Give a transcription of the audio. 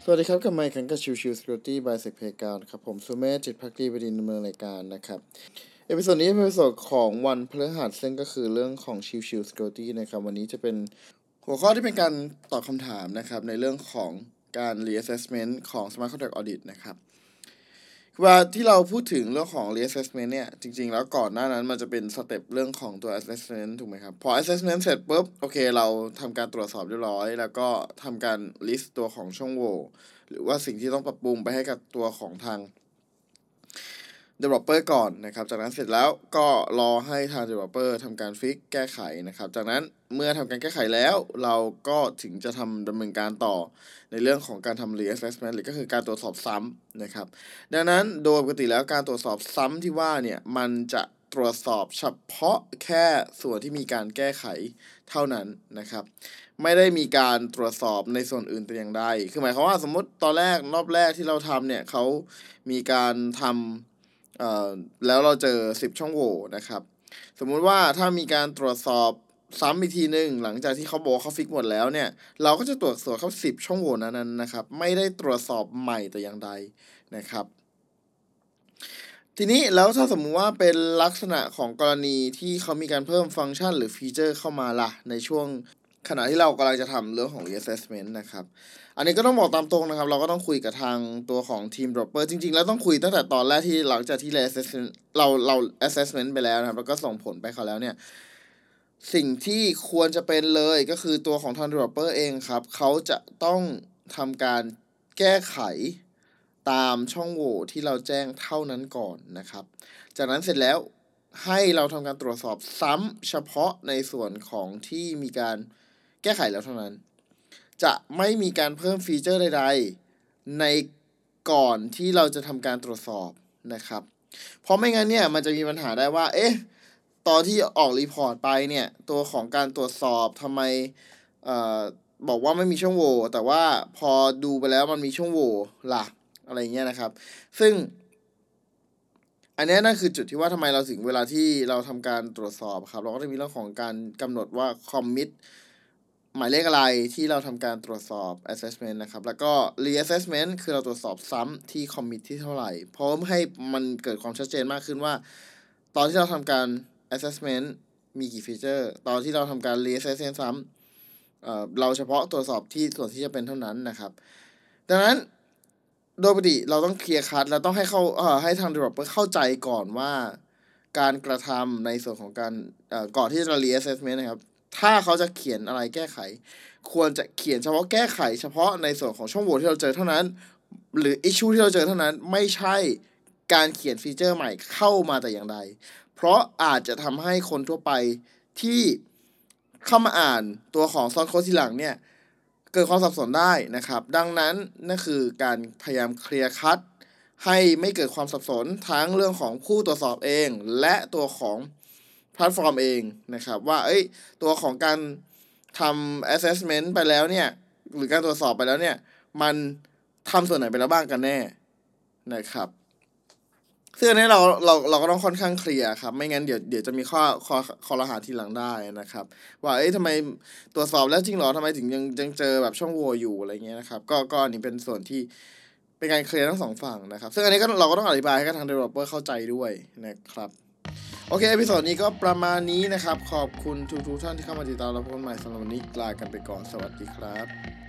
สวัสดีครับกับไมค์ขันกับชิวชิว Security by Sec Playground ครับผมสุเมธจิตภักดีบดินทร์ดำเนินรายการนะครับเอพิโซดนี้เป็นเอพิโซดของวันพฤหัสซึ่งก็คือเรื่องของชิวชิว Security นะครับวันนี้จะเป็นหัวข้อที่เป็นการตอบคำถามนะครับในเรื่องของการ reassessment ของ Smart Contract Audit นะครับว่าที่เราพูดถึงเรื่องของ reassessment เนี่ยจริงๆแล้วก่อนหน้านั้นมันจะเป็นสเต็ปเรื่องของตัว assessment ถูกไหมครับพอ assessment เสร็จปุ๊บโอเคเราทำการตรวจสอบเรียบร้อยแล้วก็ทำการ list ตัวของช่องโหว่หรือว่าสิ่งที่ต้องปรับปรุงไปให้กับตัวของทาง developer ก่อนนะครับจากนั้นเสร็จแล้วก็รอให้ทาง developer ทำการฟิกแก้ไขนะครับจากนั้นเมื่อทำการแก้ไขแล้วเราก็ถึงจะดำเนินการต่อในเรื่องของการทำ reassessment หรือก็คือการตรวจสอบซ้ำนะครับดังนั้นโดยปกติแล้วการตรวจสอบซ้ำที่ว่าเนี่ยมันจะตรวจสอบเฉพาะแค่ส่วนที่มีการแก้ไขเท่านั้นนะครับไม่ได้มีการตรวจสอบในส่วนอื่นแต่อย่างใดคือหมายความว่าสมมติตอนแรกรอบแรกที่เราทำเนี่ยเขามีการทำแล้วเราเจอ10ช่องโหว่นะครับสมมุติว่าถ้ามีการตรวจสอบซ้ำอีกทีนึงหลังจากที่เขาบอกเขาฟิกหมดแล้วเนี่ยเราก็จะตรวจสอบเขา10ช่องโหว่นั้นนะครับไม่ได้ตรวจสอบใหม่แต่อย่างใดนะครับทีนี้แล้วถ้าสมมุติว่าเป็นลักษณะของกรณีที่เขามีการเพิ่มฟังก์ชันหรือฟีเจอร์เข้ามาล่ะในช่วงขณะที่เรากำลังจะทำเรื่องของ reassessment นะครับอันนี้ก็ต้องบอกตามตรงนะครับเราก็ต้องคุยกับทางตัวของทีม developer จริงๆแล้วต้องคุยตั้งแต่ตอนแรกที่หลังจากที่เรา assessment ไปแล้วนะครับแล้วก็ส่งผลไปเขาแล้วเนี่ยสิ่งที่ควรจะเป็นเลยก็คือตัวของทาง developer เองครับเขาจะต้องทำการแก้ไขตามช่องโหว่ที่เราแจ้งเท่านั้นก่อนนะครับจากนั้นเสร็จแล้วให้เราทำการตรวจสอบซ้ำเฉพาะในส่วนของที่มีการแก้ไขแล้วเท่านั้นจะไม่มีการเพิ่มฟีเจอร์ใดๆในก่อนที่เราจะทำการตรวจสอบนะครับเพราะไม่งั้นเนี่ยมันจะมีปัญหาได้ว่าตอนที่ออกรีพอร์ตไปเนี่ยตัวของการตรวจสอบทำไมบอกว่าไม่มีช่องโหว่แต่ว่าพอดูไปแล้วมันมีช่องโหว่ล่ะอะไรเงี้ยนะครับซึ่งอันนี้นั่นคือจุดที่ว่าทำไมเราถึงเวลาที่เราทำการตรวจสอบครับเราก็จะมีเรื่องของการกำหนดว่า commit หมายเลขอะไรที่เราทำการตรวจสอบ assessment นะครับแล้วก็ reassessment คือเราตรวจสอบซ้ำที่ commit ที่เท่าไหร่เพราะให้มันเกิดความชัดเจนมากขึ้นว่าตอนที่เราทำการ assessment มีกี่ฟีเจอร์ตอนที่เราทำการ reassessment ซ้ำเราเฉพาะตรวจสอบที่ส่วนที่จะเป็นเท่านั้นนะครับดังนั้นโดยปกติเราต้องเคลียร์คัทแล้วต้องให้ทาง developer เข้าใจก่อนว่าการกระทำในส่วนของการก่อนที่จะ reassessment นะครับถ้าเขาจะเขียนอะไรแก้ไขควรจะเขียนเฉพาะแก้ไขเฉพาะในส่วนของช่องโหว่ที่เราเจอเท่านั้นหรือ issue ที่เราเจอเท่านั้นไม่ใช่การเขียนฟีเจอร์ใหม่เข้ามาแต่อย่างใดเพราะอาจจะทำให้คนทั่วไปที่เข้ามาอ่านตัวของซอสโค้ดทีหลังเนี่ยเกิดความสับสนได้นะครับดังนั้นนั่นคือการพยายามเคลียร์คัทให้ไม่เกิดความสับสนทั้งเรื่องของผู้ตรวจสอบเองและตัวของแพลตฟอร์มเองนะครับว่าตัวของการทำ assessment ไปแล้วเนี่ยหรือการตรวจสอบไปแล้วเนี่ยมันทำส่วนไหนไปแล้วบ้างกันแน่นะครับซึ่งอันนี้เราก็ต้องค่อนข้างเคลียร์ครับไม่งั้นเดี๋ยวจะมีข้อรหาทีหลังได้นะครับว่าทำไมตรวจสอบแล้วจริงเหรอทำไมถึงยังเจอแบบช่องโหว่อยู่อะไรเงี้ยนะครับก็อันนี้เป็นส่วนที่เป็นการเคลียร์ทั้งสองฝั่งนะครับซึ่งอันนี้เราก็ต้องอธิบายให้กับทาง developer เข้าใจด้วยนะครับโอเคเอพิโซดนี้ก็ประมาณนี้นะครับขอบคุณทุกท่านที่เข้ามาติดตามรับชมใหม่สำหรับวันนี้ลากันไปก่อนสวัสดีครับ